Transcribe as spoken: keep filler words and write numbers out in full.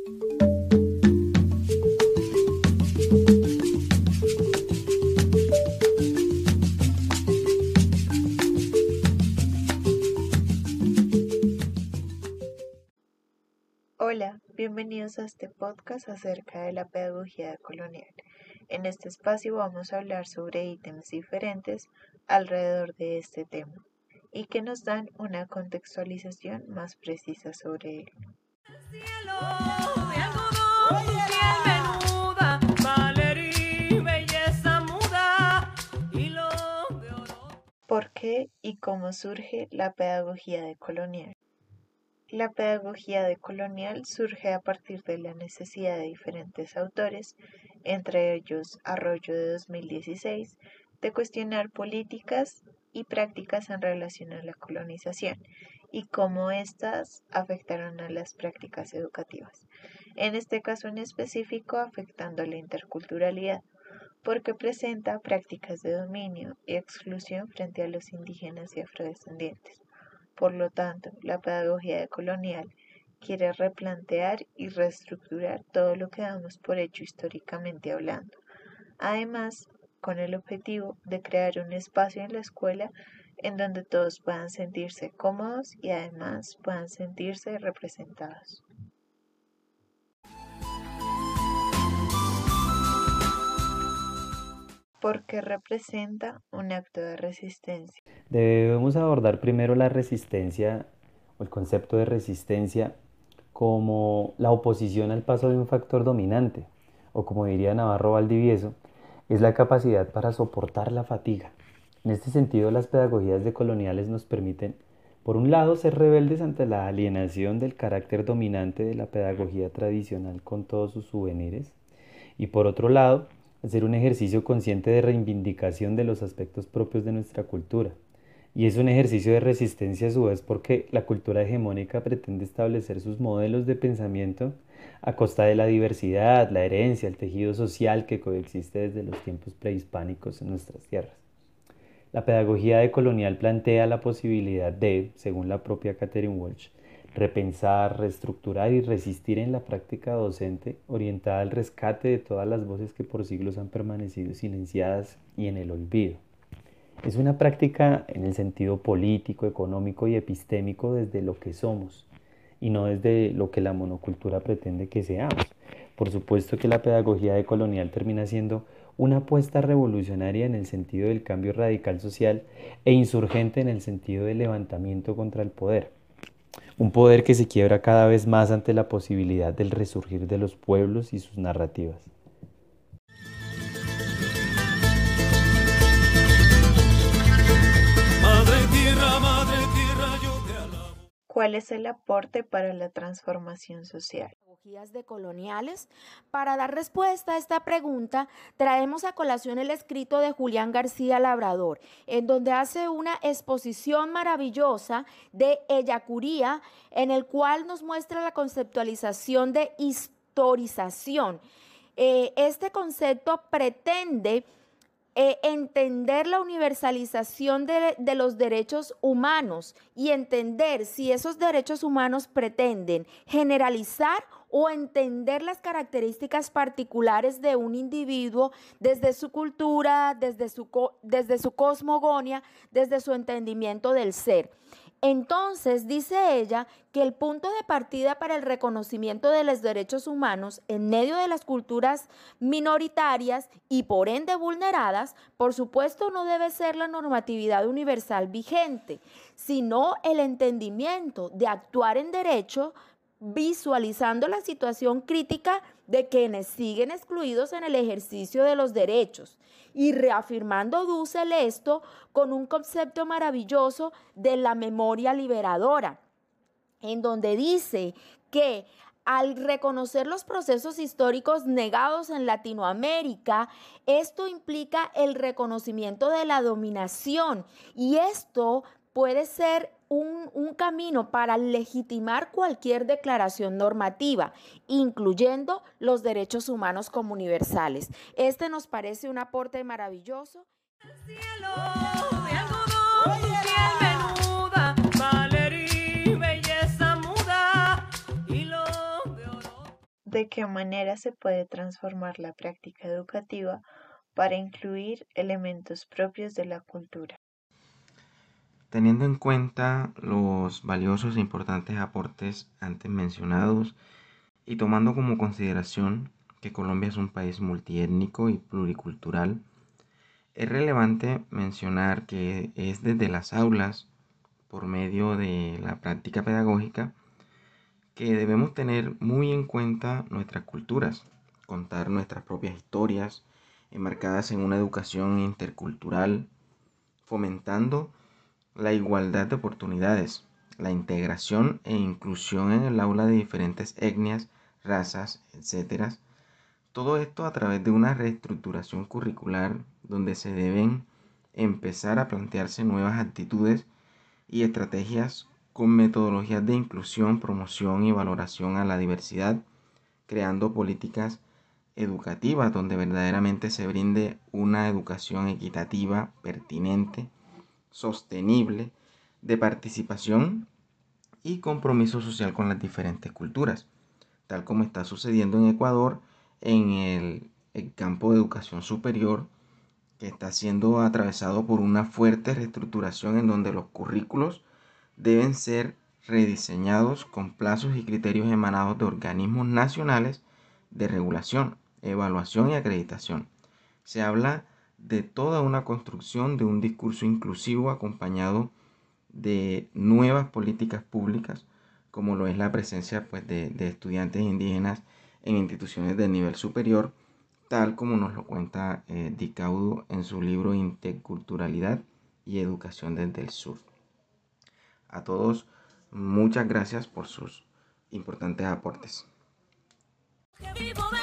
Hola, bienvenidos a este podcast acerca de la pedagogía colonial. En este espacio vamos a hablar sobre ítems diferentes alrededor de este tema y que nos dan una contextualización más precisa sobre él. ¿Por qué y cómo surge la pedagogía decolonial? La pedagogía decolonial surge a partir de la necesidad de diferentes autores, entre ellos Arroyo de dos mil dieciséis, de cuestionar políticas y prácticas en relación a la colonización y cómo éstas afectaron a las prácticas educativas. En este caso en específico, afectando a la interculturalidad, porque presenta prácticas de dominio y exclusión frente a los indígenas y afrodescendientes. Por lo tanto, la pedagogía decolonial quiere replantear y reestructurar todo lo que damos por hecho históricamente hablando. Además, con el objetivo de crear un espacio en la escuela en donde todos puedan sentirse cómodos y además puedan sentirse representados. Porque representa un acto de resistencia. Debemos abordar primero la resistencia o el concepto de resistencia como la oposición al paso de un factor dominante, o como diría Navarro Valdivieso, es la capacidad para soportar la fatiga. En este sentido, las pedagogías decoloniales nos permiten, por un lado, ser rebeldes ante la alienación del carácter dominante de la pedagogía tradicional con todos sus souvenirs, y por otro lado, hacer un ejercicio consciente de reivindicación de los aspectos propios de nuestra cultura. Y es un ejercicio de resistencia a su vez porque la cultura hegemónica pretende establecer sus modelos de pensamiento a costa de la diversidad, la herencia, el tejido social que coexiste desde los tiempos prehispánicos en nuestras tierras. La pedagogía decolonial plantea la posibilidad de, según la propia Catherine Walsh, repensar, reestructurar y resistir en la práctica docente orientada al rescate de todas las voces que por siglos han permanecido silenciadas y en el olvido. Es una práctica en el sentido político, económico y epistémico desde lo que somos y no desde lo que la monocultura pretende que seamos. Por supuesto que la pedagogía decolonial termina siendo una apuesta revolucionaria en el sentido del cambio radical social e insurgente en el sentido del levantamiento contra el poder. Un poder que se quiebra cada vez más ante la posibilidad del resurgir de los pueblos y sus narrativas. Madre tierra, madre tierra, yo te alabo. ¿Cuál es el aporte para la transformación social? Pedagogías decoloniales. Para dar respuesta a esta pregunta, traemos a colación el escrito de Julián García Labrador, en donde hace una exposición maravillosa de Ellacuría, en el cual nos muestra la conceptualización de historización. Eh, este concepto pretende Eh, entender la universalización de, de los derechos humanos y entender si esos derechos humanos pretenden generalizar o entender las características particulares de un individuo desde su cultura, desde su, desde su cosmogonía, desde su entendimiento del ser. Entonces, dice ella que el punto de partida para el reconocimiento de los derechos humanos en medio de las culturas minoritarias y por ende vulneradas, por supuesto no debe ser la normatividad universal vigente, sino el entendimiento de actuar en derecho, visualizando la situación crítica de quienes siguen excluidos en el ejercicio de los derechos y reafirmando Dussel esto con un concepto maravilloso de la memoria liberadora, en donde dice que al reconocer los procesos históricos negados en Latinoamérica, esto implica el reconocimiento de la dominación y esto puede ser un, un camino para legitimar cualquier declaración normativa, incluyendo los derechos humanos como universales. Este nos parece un aporte maravilloso. El cielo de algodón, piel menuda, Valerí, belleza muda, hilo de oro. ¿De qué manera se puede transformar la práctica educativa para incluir elementos propios de la cultura? Teniendo en cuenta los valiosos e importantes aportes antes mencionados y tomando como consideración que Colombia es un país multiétnico y pluricultural, es relevante mencionar que es desde las aulas, por medio de la práctica pedagógica, que debemos tener muy en cuenta nuestras culturas, contar nuestras propias historias, enmarcadas en una educación intercultural, fomentando la igualdad de oportunidades, la integración e inclusión en el aula de diferentes etnias, razas, etcétera. Todo esto a través de una reestructuración curricular donde se deben empezar a plantearse nuevas actitudes y estrategias con metodologías de inclusión, promoción y valoración a la diversidad, creando políticas educativas donde verdaderamente se brinde una educación equitativa, pertinente, sostenible, de participación y compromiso social con las diferentes culturas, tal como está sucediendo en Ecuador en el, el campo de educación superior, que está siendo atravesado por una fuerte reestructuración en donde los currículos deben ser rediseñados con plazos y criterios emanados de organismos nacionales de regulación, evaluación y acreditación. Se habla de toda una construcción de un discurso inclusivo acompañado de nuevas políticas públicas, como lo es la presencia pues, de, de estudiantes indígenas en instituciones de nivel superior, tal como nos lo cuenta eh, Dicaudo en su libro Interculturalidad y Educación desde el Sur. A todos, muchas gracias por sus importantes aportes. Que vivo